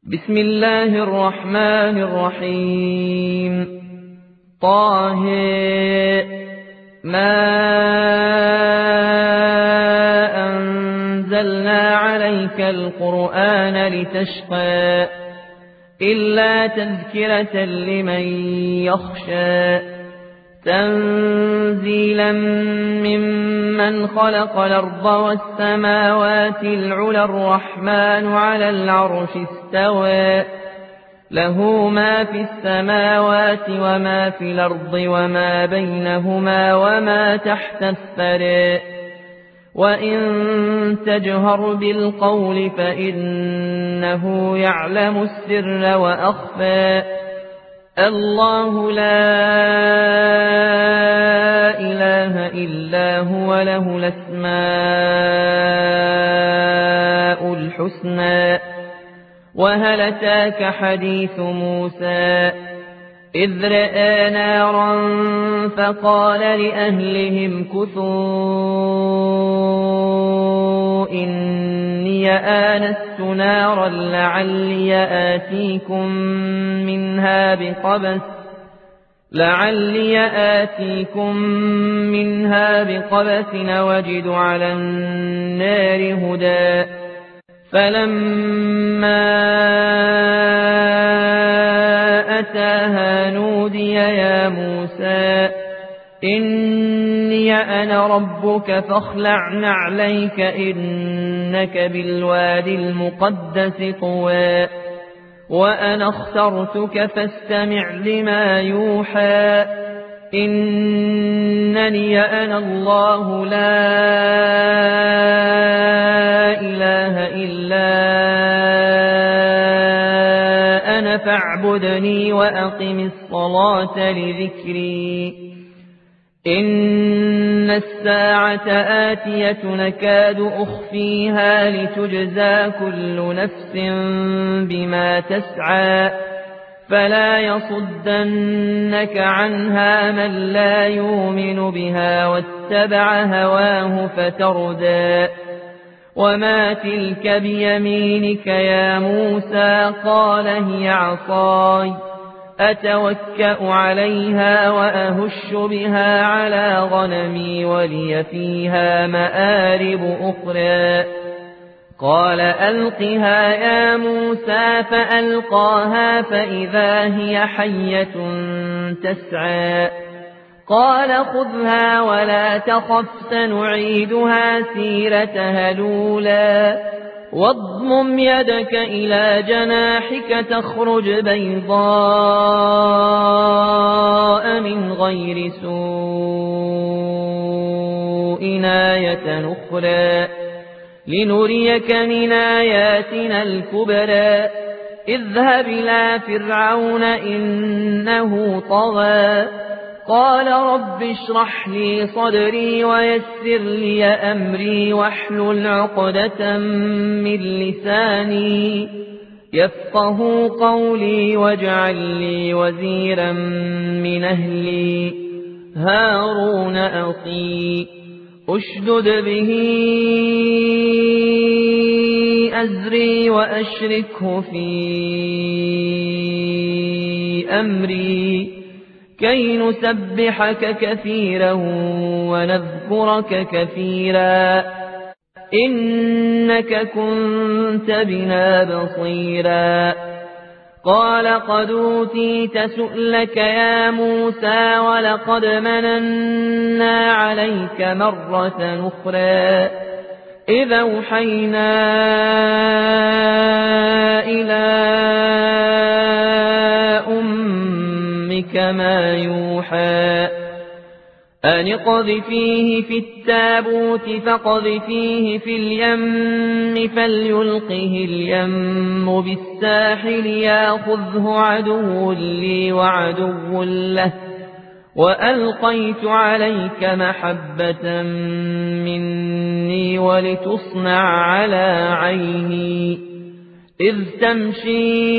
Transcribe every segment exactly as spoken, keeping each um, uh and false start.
بسم الله الرحمن الرحيم طه ما أنزلنا عليك القرآن لتشقى إلا تذكرة لمن يخشى تنزيلا ممن خلق الأرض والسماوات العلى الرحمن على العرش استوى له ما في السماوات وما في الأرض وما بينهما وما تحت الثرى وإن تجهر بالقول فإنه يعلم السر وأخفى الله لا إله إلا هو له الأسماء الحسنى وهل أتاك حديث موسى إذ رأى نارا فقال لأهلهم كثوا إني آنست نارا لعلي آتيكم منها بقبس لعلي آتيكم منها بقبس وجد على النار هدى فلما أتاها نودي يا موسى إني أنا ربك فاخلع نعليك إنك بالوادي المقدس طوى وأنا اخترتك فاستمع لما يوحى إنني أنا الله لا إله إلا أنا فاعبدني وأقم الصلاة لذكري إن الساعة آتية نكاد أخفيها لتجزى كل نفس بما تسعى فلا يصدنك عنها من لا يؤمن بها واتبع هواه فتردى وما تلك بيمينك يا موسى قال هي عصاي أتوكأ عليها وأهش بها على غنمي ولي فيها مآرب أخرى قال ألقها يا موسى فألقاها فإذا هي حية تسعى قال خذها ولا تخف سنعيدها سيرتها الأولى واضمم يدك إلى جناحك تخرج بيضاء من غير سوء آية أخرى لنريك من آياتنا الكبرى اذهب إلى فرعون إنه طغى قال رب اشرح لي صدري ويسر لي أمري واحلل عقدة من لساني يفقه قولي واجعل لي وزيرا من أهلي هارون أخي أشدد به أزري وأشركه في أمري كي نسبحك كثيرا ونذكرك كثيرا إنك كنت بنا بصيرا قال قد أوتيت سؤلك يا موسى ولقد مننا عليك مرة أخرى إذا أوحينا إلى أمك ما يوحى أن اقذفيه في التابوت فاقذفيه في اليم فليلقه اليم بالساحل ياخذه عدو لي وعدو له وألقيت عليك محبة مني ولتصنع على عيني إذ تمشي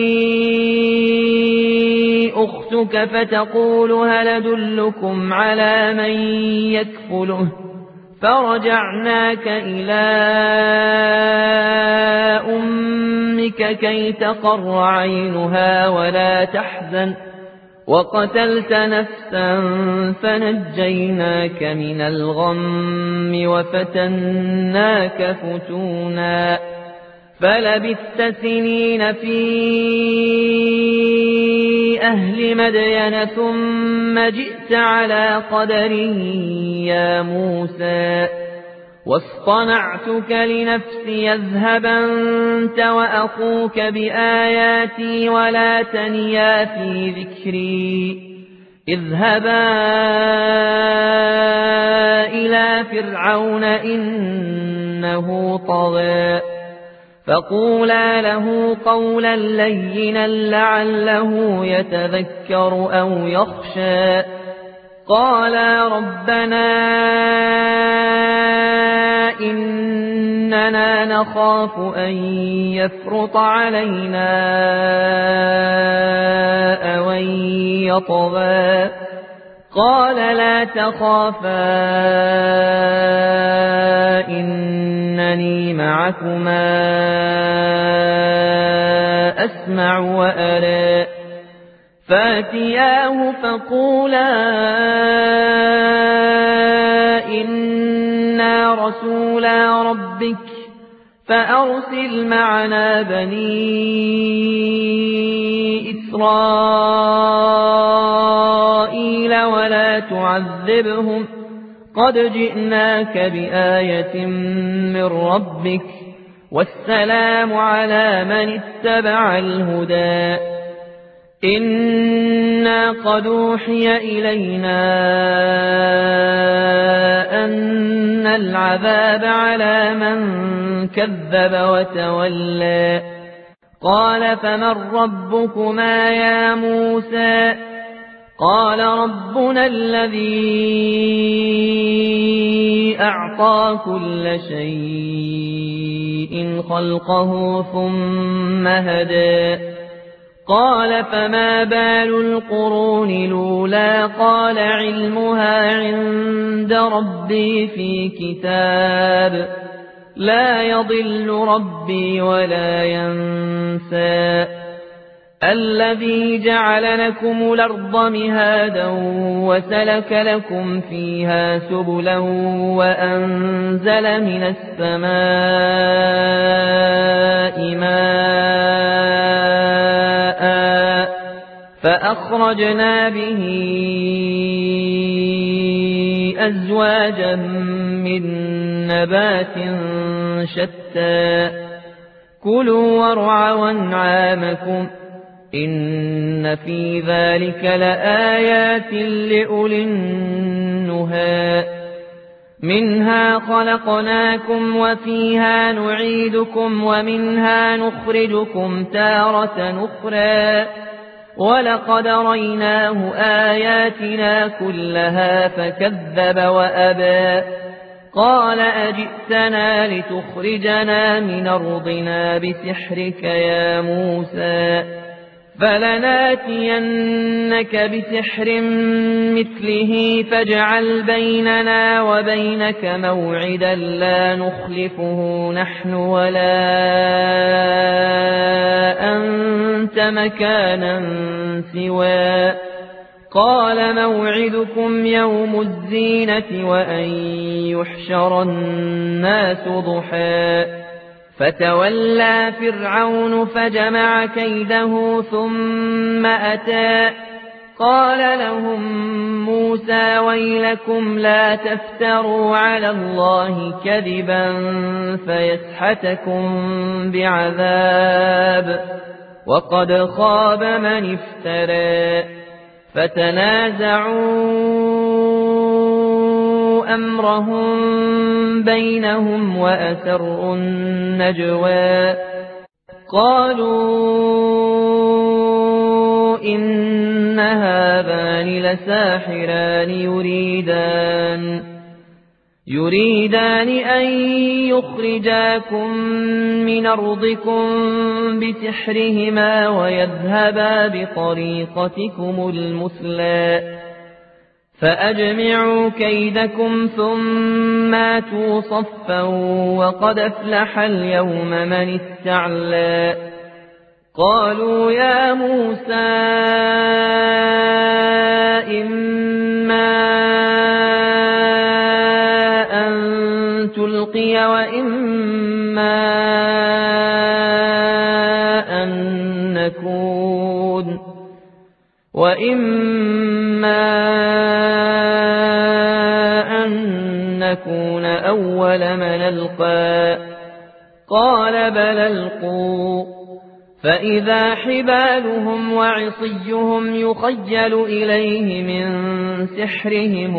أختك فتقول هل أدلكم على من يكفله فرجعناك إلى أمك كي تقر عينها ولا تحزن وقتلت نفسا فنجيناك من الغم وفتناك فتونا فلبثت سنين في أهل مدين ثم جئت على قدر يا موسى واصطنعتك لنفسي اذهب أنت وأخوك بآياتي ولا تنيا في ذكري اذهبا إلى فرعون إنه طغى فقولا له قولا لينا لعله يتذكر أو يخشى قالا ربنا إننا نخاف أن يفرط علينا أو أن يطغى قال لا تخافا إنني معكما أسمع وأرى فاتياه فقولا إنا رسولا ربك فأرسل معنا بني إسرائيل ولا تعذبهم قد جئناك بآية من ربك والسلام على من اتبع الهدى إنا قد أوحي إلينا أن العذاب على من كذب وتولى قال فمن ربكما يا موسى قال ربنا الذي أعطى كل شيء خلقه ثم هدى قال فما بال القرون الأولى قال علمها عند ربي في كتاب لا يضل ربي ولا ينسى الذي جعل لكم الأرض مهادا وسلك لكم فيها سبلا وأنزل من السماء ماء فأخرجنا به أزواجا من نبات شتى كلوا وارعوا أنعامكم إن في ذلك لآيات لأولي النهى منها خلقناكم وفيها نعيدكم ومنها نخرجكم تارة أخرى ولقد ريناه آياتنا كلها فكذب وأبى قال أجئتنا لتخرجنا من أرضنا بسحرك يا موسى فلناتينك بسحر مثله فاجعل بيننا وبينك موعدا لا نخلفه نحن ولا أنت مكانا سوى قال موعدكم يوم الزينة وأن يحشر الناس ضحى فتولى فرعون فجمع كيده ثم أتى قال لهم موسى ويلكم لا تفتروا على الله كذبا فيسحتكم بعذاب وقد خاب من افترى فتنازعوا أمرهم بينهم وأسروا النجوى قالوا إن هذان لساحران يريدان يريدان أن يخرجاكم من أرضكم بسحرهما ويذهبا بطريقتكم المثلى فأجمعوا كيدكم ثم آتوا صفا وقد أفلح اليوم من استعلى قالوا يا موسى إما أن تلقي وإما أن نكون وإما أن نكون أول من ألقى قال بل ألقوا فإذا حبالهم وعصيهم يخيل إليه من سحرهم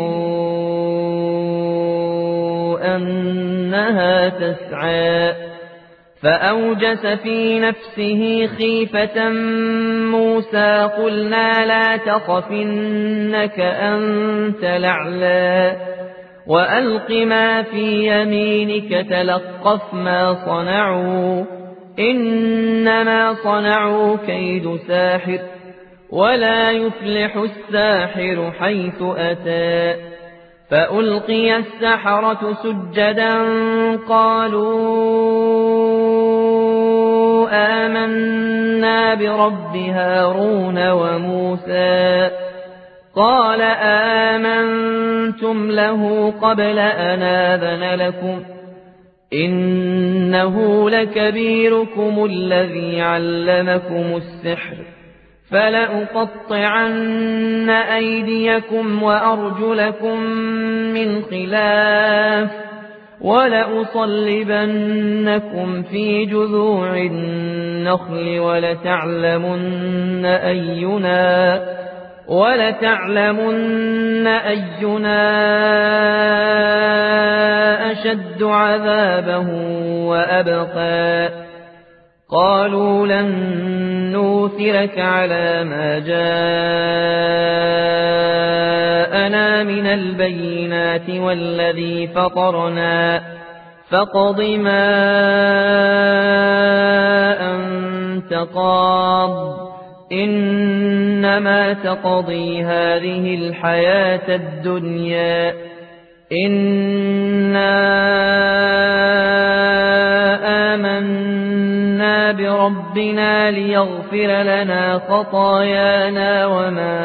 أنها تسعى فأوجس في نفسه خيفة موسى قلنا لا تخف إنك أنت الأعلى وألق ما في يمينك تلقف ما صنعوا إنما صنعوا كيد ساحر ولا يفلح الساحر حيث أتى فألقي السحرة سجدا قالوا آمنا برب هارون وموسى قال آمنتم له قبل أن آذن لكم إنه لكبيركم الذي علمكم السحر فلأقطعن أيديكم وأرجلكم من خلاف ولأصلبنكم في جذوع النخل ولتعلمن أينا ولتعلمن أينا أشد عذابا وأبقى قالوا لن نوثرك على ما جاءنا من البينات والذي فطرنا فاقض ما أنت قاض إنما تقضي هذه الحياة الدنيا إنا آمنا بربنا ليغفر لنا خطايانا وما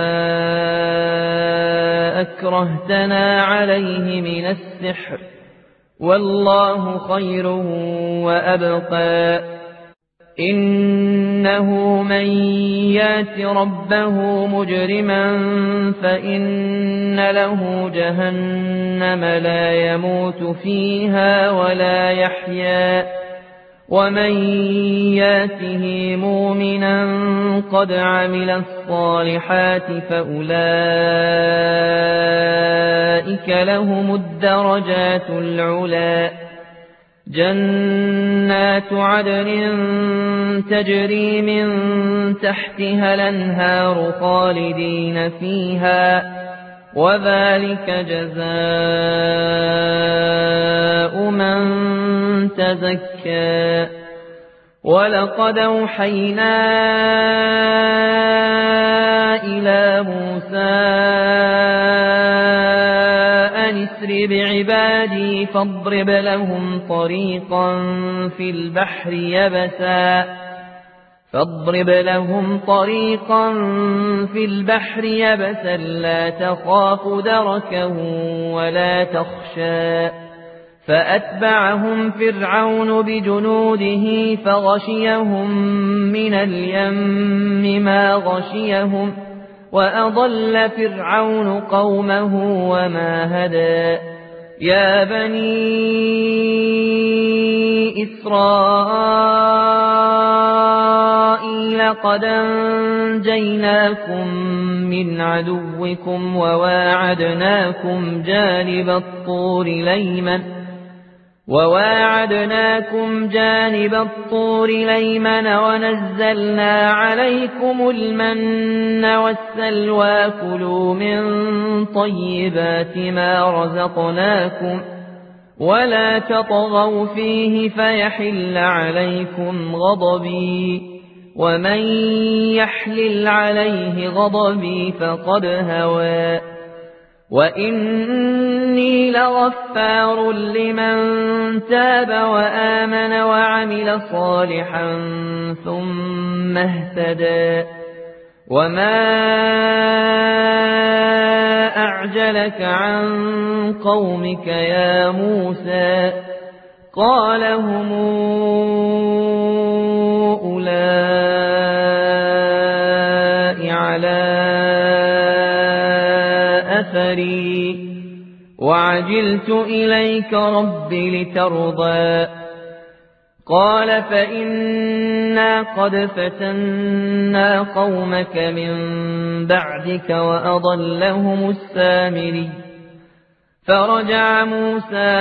أكرهتنا عليه من السحر والله خير وأبقى إنه من يات ربه مجرما فإن له جهنم لا يموت فيها ولا يحيا ومن ياته مؤمنا قد عمل الصالحات فأولئك لهم الدرجات العلى جنات عدن تجري من تحتها الأنهار خالدين فيها وذلك جزاء من تزكى ولقد أوحينا إلى موسى أن اسر بعبادي فاضرب لهم طريقا في البحر يبسا فاضرب لهم طريقا في البحر يبسا لا تخاف دركا ولا تخشى فأتبعهم فرعون بجنوده فغشيهم من اليم ما غشيهم وأضل فرعون قومه وما هدى يا بني إسرائيل قد أنجيناكم من عدوكم وواعدناكم جانب الطور الأيمن وواعدناكم جانب الطور الأيمن ونزلنا عليكم المن والسلوى كلوا من طيبات ما رزقناكم ولا تطغوا فيه فيحل عليكم غضبي ومن يحلل عليه غضبي فقد هوى وإني لغفار لمن تاب وآمن وعمل صالحا ثم ثم اهتدى وما أعجلك عن قومك يا موسى قال هم أولئك على أثري وعجلت إليك رب لترضى قال فإنا قد فتنا قومك من بعدك وأضلهم السامري فرجع موسى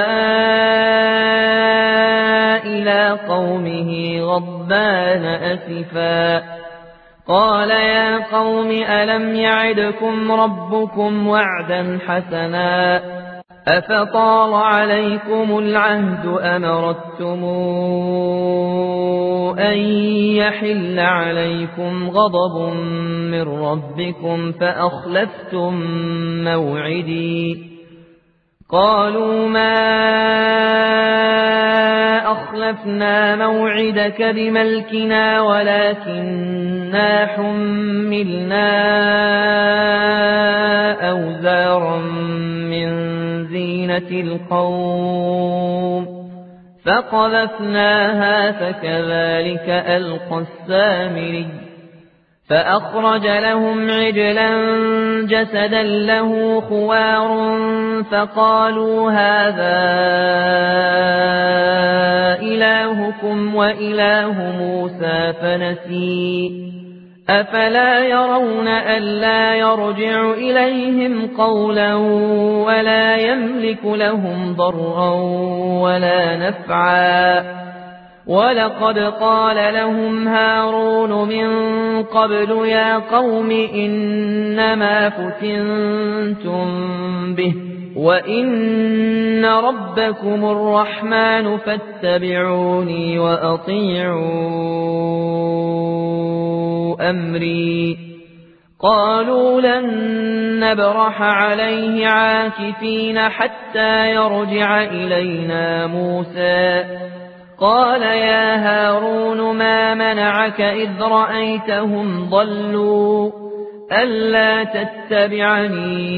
إلى قومه غضبان أسفا قال يا قوم ألم يعدكم ربكم وعدا حسنا أفطال عليكم العهد أم أردتم أن يحل عليكم غضب من ربكم فأخلفتم موعدي قالوا ما أخلفنا موعدك بملكنا ولكننا حملنا أوزارا من زينة القوم فقذفناها فكذلك ألقى السامري فأخرج لهم عجلا جسدا له خوار فقالوا هذا إلهكم وإله موسى فنسي أفلا يرون ألا يرجع إليهم قولا ولا يملك لهم ضرا ولا نفعا ولقد قال لهم هارون من قبل يا قوم إنما فتنتم به وإن ربكم الرحمن فاتبعوني وأطيعوا أمري قالوا لن نبرح عليه عاكفين حتى يرجع إلينا موسى قال يا هارون ما منعك إذ رأيتهم ضلوا ألا تتبعني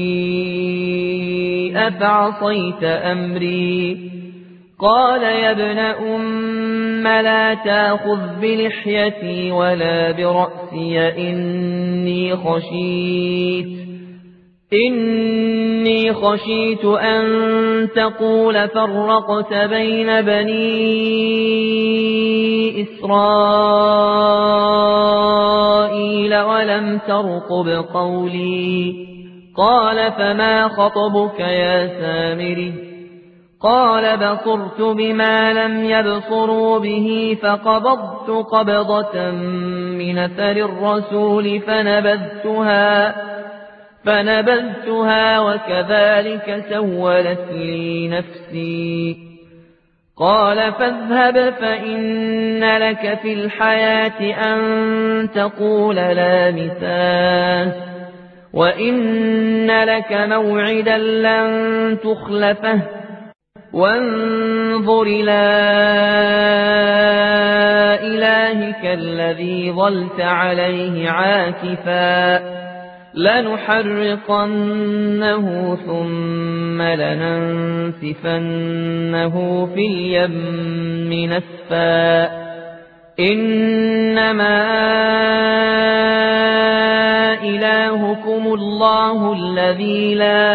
أفعصيت أمري قال يا ابن أم لا تأخذ بلحيتي ولا برأسي إني خشيت إني خشيت أن تقول فرقت بين بني إسرائيل ولم ترقب قولي قال فما خطبك يا سامري قال بصرت بما لم يبصروا به فقبضت قبضة من أثر الرسول فنبذتها فنبذتها وكذلك سولت لي نفسي قال فاذهب فإن لك في الحياة أن تقول لا مساس وإن لك موعدا لن تخلفه وانظر إلى إلهك الذي ظلت عليه عاكفا لنحرقنه ثم لننسفنه في اليم نسفا إنما إلهكم الله الذي لا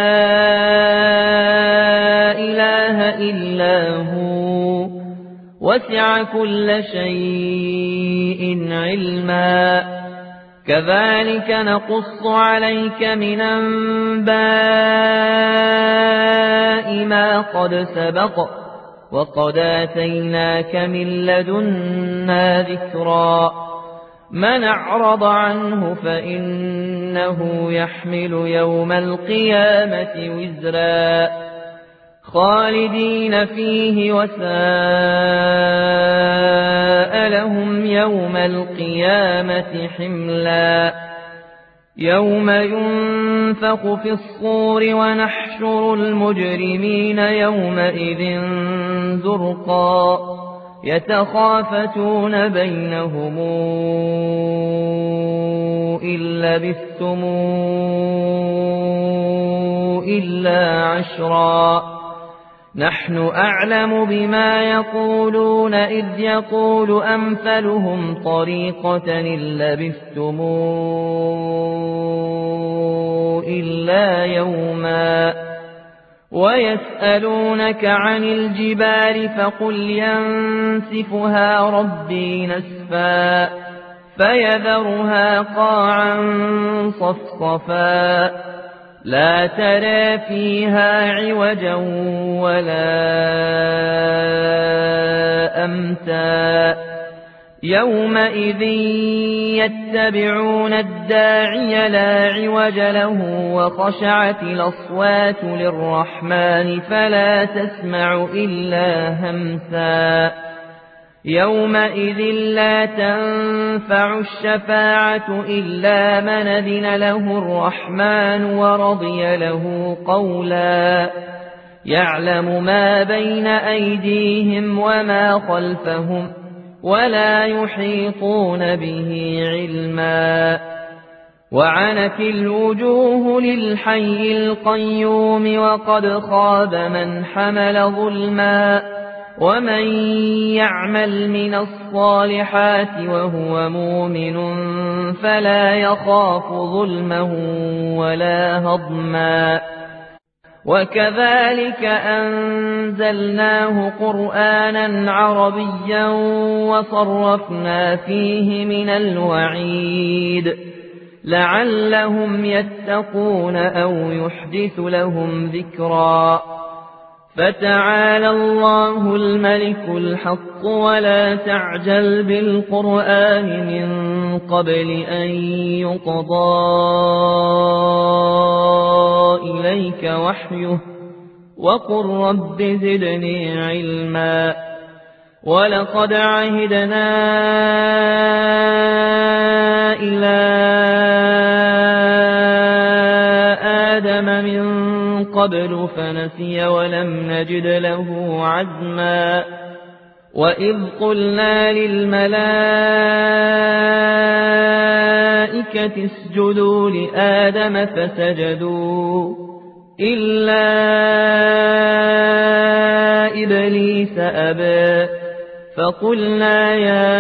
إله إلا هو وسع كل شيء علما كذلك نقص عليك من أنباء ما قد سبق وقد آتيناك من لدنا ذكرا من أعرض عنه فإنه يحمل يوم القيامة وزرا خالدين فيه وساء لهم يوم القيامة حملا يوم ينفخ في الصور ونحشر المجرمين يومئذ زرقا يتخافتون بينهم إن لبثتم إلا عشرا نحن أعلم بما يقولون إذ يقول أمثلهم طريقة إن لبثتم إلا يوما ويسألونك عن الجبال فقل ينسفها ربي نسفا فيذرها قاعا صفصفا لا ترى فيها عوجا ولا أمتا يومئذ يتبعون الداعي لا عوج له وخشعت الأصوات للرحمن فلا تسمع إلا همسا يومئذ لا تنفع الشفاعة إلا من أذن له الرحمن ورضي له قولا يعلم ما بين أيديهم وما خلفهم ولا يحيطون به علما وعنت الوجوه للحي القيوم وقد خاب من حمل ظلما ومن يعمل من الصالحات وهو مؤمن فلا يخاف ظلما ولا هضما وكذلك أنزلناه قرآنا عربيا وصرفنا فيه من الوعيد لعلهم يتقون أو يحدث لهم ذكرا فتعالى الله الملك الحق ولا تعجل بالقرآن من قبل أن يقضى إليك وحيه وقل رب زدني علما ولقد عهدنا إلى آدم من قبل فنسي ولم نجد له عزما وإذ قلنا للملائكة اسجدوا لآدم فسجدوا إلا إبليس أبى فقلنا يا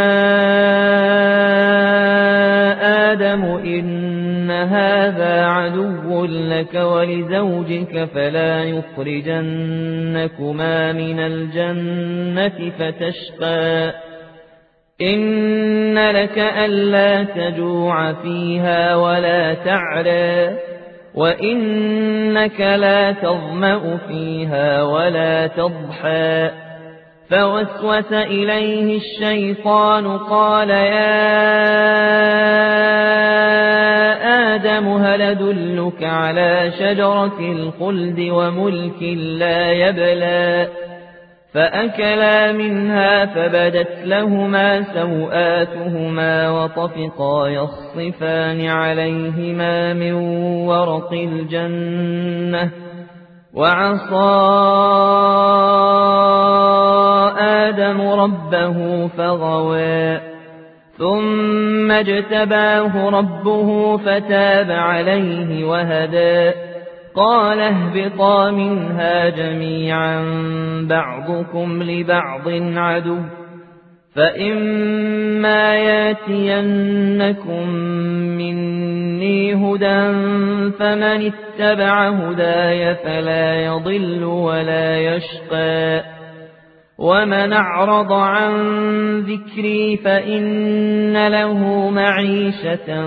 آدم إن هذا عدو لك ولزوجك فلا يخرجنكما من الجنة فتشقى إن لك ألا تجوع فيها ولا تعرى وإنك لا تظمأ فيها ولا تضحى فوسوس إليه الشيطان قال يا آدم هل أدلك على شجرة الخلد وملك لا يبلى فأكلا منها فبدت لهما سوآتهما وطفقا يخصفان عليهما من ورق الجنة وعصى آدم ربه فغوى ثم اجتباه ربه فتاب عليه وهدى قال اهبطا منها جميعا بعضكم لبعض عدو فإما ياتينكم مني هدى فمن اتبع هداي فلا يضل ولا يشقى ومن أعرض عن ذكري فإن له معيشة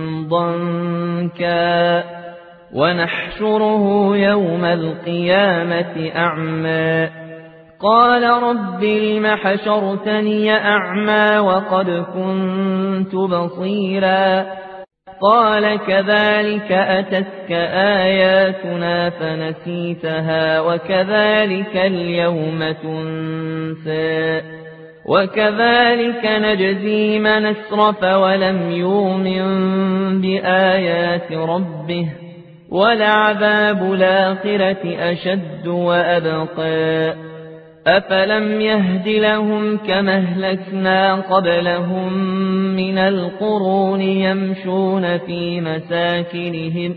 ضنكا ونحشره يوم القيامة أعمى قال رب لم حشرتني أعمى وقد كنت بصيرا قال كذلك أتتك آياتنا فنسيتها وكذلك اليوم تنسى وكذلك نجزي من أسرف ولم يؤمن بآيات ربه ولعذاب الآخرة أشد وأبقى أفلم يهد لهم كما أهلكنا قبلهم من القرون يمشون في مساكنهم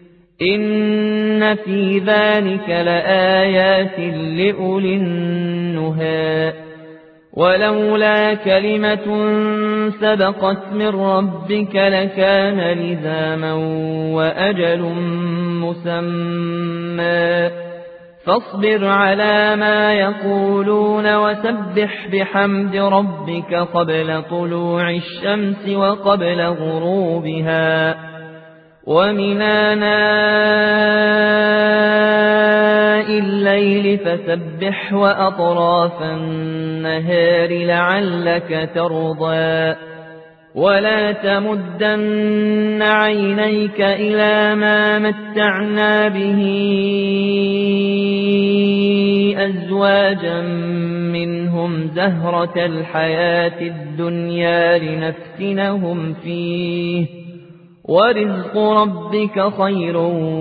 إن في ذلك لآيات لأولي النهى ولولا كلمة سبقت من ربك لكان لزاما وأجل مسمى فاصبر على ما يقولون وسبح بحمد ربك قبل طلوع الشمس وقبل غروبها ومن آناء الليل فسبح وأطراف النهار لعلك ترضى ولا تمدن عينيك إلى ما متعنا به أزواجا منهم زهرة الحياة الدنيا لنفتنهم فيه ورزق ربك خير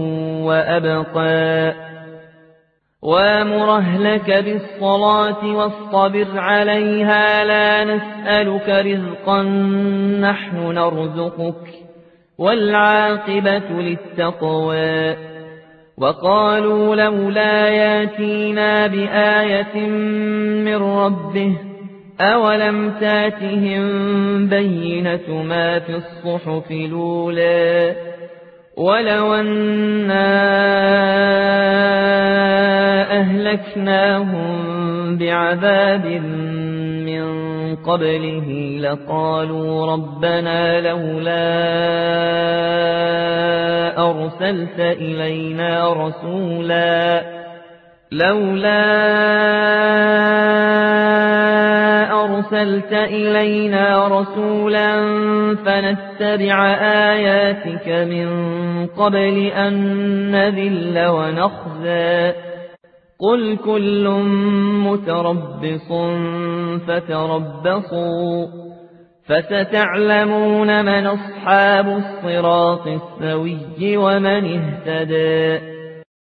وأبقى وامر أهلك بالصلاة واصطبر عليها لا نسألك رزقا نحن نرزقك والعاقبة للتقوى وقالوا لولا ياتينا بآية من ربه أولم تاتهم بينة ما في الصحف الأولى ولو أنا أهلكناهم بعذاب من قبله لقالوا ربنا لولا أرسلت إلينا رسولا لولا أرسلت إلينا رسولا فنتبع آياتك من قبل أن نذل ونخزى قل كل متربص فتربصوا فستعلمون من أصحاب الصراط السوي ومن اهتدى